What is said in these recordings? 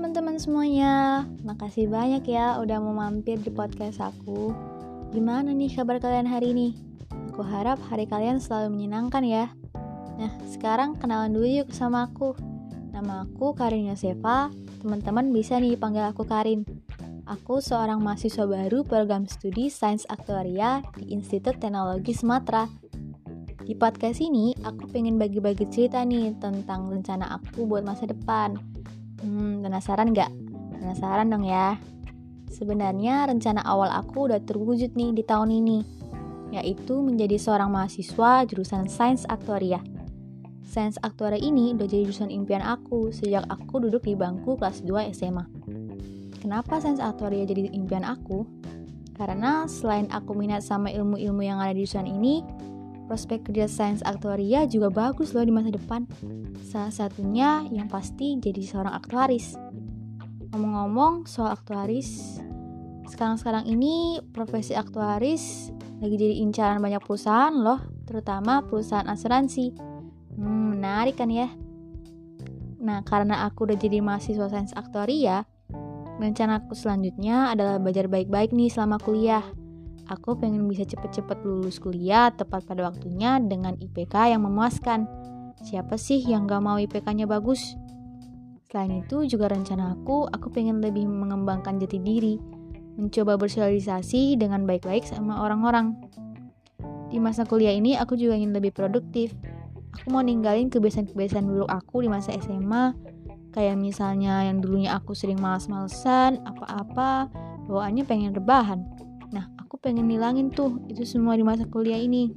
teman-teman semuanya, makasih banyak ya udah mau mampir di podcast aku. Gimana nih kabar kalian hari ini? Aku harap hari kalian selalu menyenangkan ya. Nah, sekarang kenalan dulu yuk sama aku. Nama aku Karin Yosefa, teman-teman bisa nih panggil aku Karin. Aku seorang mahasiswa baru program studi Sains Aktuaria di Institut Teknologi Sumatera. Di podcast ini, aku pengen bagi-bagi cerita nih tentang rencana aku buat masa depan. Penasaran nggak? Penasaran dong ya. Sebenarnya rencana awal aku udah terwujud nih di tahun ini, yaitu menjadi seorang mahasiswa jurusan Sains Aktuaria. Sains Aktuaria ini udah jadi jurusan impian aku sejak aku duduk di bangku kelas 2 SMA. Kenapa Sains Aktuaria jadi impian aku? Karena selain aku minat sama ilmu-ilmu yang ada di jurusan ini, prospek kerja Sains Aktuaria juga bagus loh di masa depan. Salah satunya yang pasti jadi seorang aktuaris. Ngomong-ngomong soal aktuaris, sekarang ini profesi aktuaris lagi jadi incaran banyak perusahaan loh, terutama perusahaan asuransi. Menarik kan ya? Nah, karena aku udah jadi mahasiswa Sains Aktuaria, rencana aku selanjutnya adalah belajar baik-baik nih selama kuliah. Aku pengen bisa cepet-cepet lulus kuliah tepat pada waktunya dengan IPK yang memuaskan. Siapa sih yang gak mau IPK-nya bagus? Selain itu juga rencana aku pengen lebih mengembangkan jati diri, mencoba bersosialisasi dengan baik-baik sama orang-orang. Di masa kuliah ini aku juga ingin lebih produktif. Aku mau ninggalin kebiasaan-kebiasaan buruk aku di masa SMA, kayak misalnya yang dulunya aku sering malas-malesan, apa-apa, bawaannya pengen rebahan. Nah, aku pengen nilangin tuh itu semua di masa kuliah ini.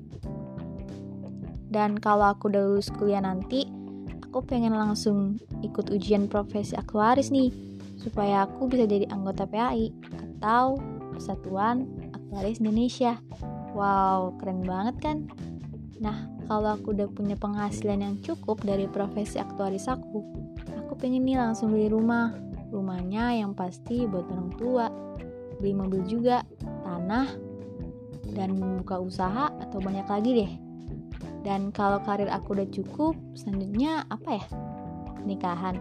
Dan kalau aku udah lulus kuliah nanti, aku pengen langsung ikut ujian profesi aktuaris nih, supaya aku bisa jadi anggota PAI atau Persatuan Aktuaris Indonesia. Wow, keren banget kan? Nah, kalau aku udah punya penghasilan yang cukup dari profesi aktuaris aku pengen nih langsung beli rumah. Rumahnya yang pasti buat orang tua, beli mobil juga, tanah, dan buka usaha atau banyak lagi deh. Dan kalau karir aku udah cukup, selanjutnya apa ya? Pernikahan.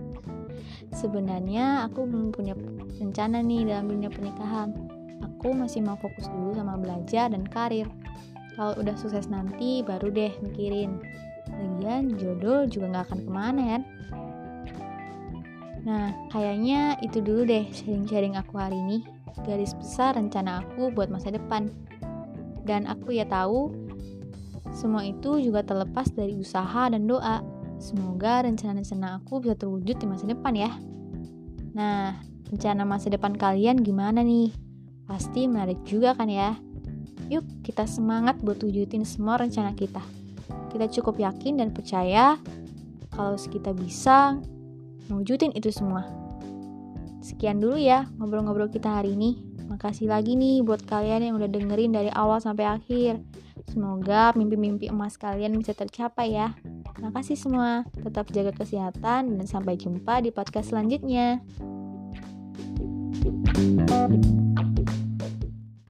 Sebenarnya aku belum punya rencana nih dalam dunia pernikahan. Aku masih mau fokus dulu sama belajar dan karir. Kalau udah sukses nanti, baru deh mikirin. Lagian jodoh juga gak akan kemana ya. Nah, kayaknya itu dulu deh sharing-sharing aku hari ini. Garis besar rencana aku buat masa depan. Dan aku ya tahu, semua itu juga terlepas dari usaha dan doa. Semoga rencana-rencana aku bisa terwujud di masa depan ya. Nah, rencana masa depan kalian gimana nih? Pasti menarik juga kan ya? Yuk kita semangat buat wujudin semua rencana kita. Kita cukup yakin dan percaya kalau kita bisa mewujudin itu semua. Sekian dulu ya ngobrol-ngobrol kita hari ini. Makasih lagi nih buat kalian yang udah dengerin dari awal sampai akhir. Semoga mimpi-mimpi emas kalian bisa tercapai ya. Makasih semua. Tetap jaga kesehatan dan sampai jumpa di podcast selanjutnya.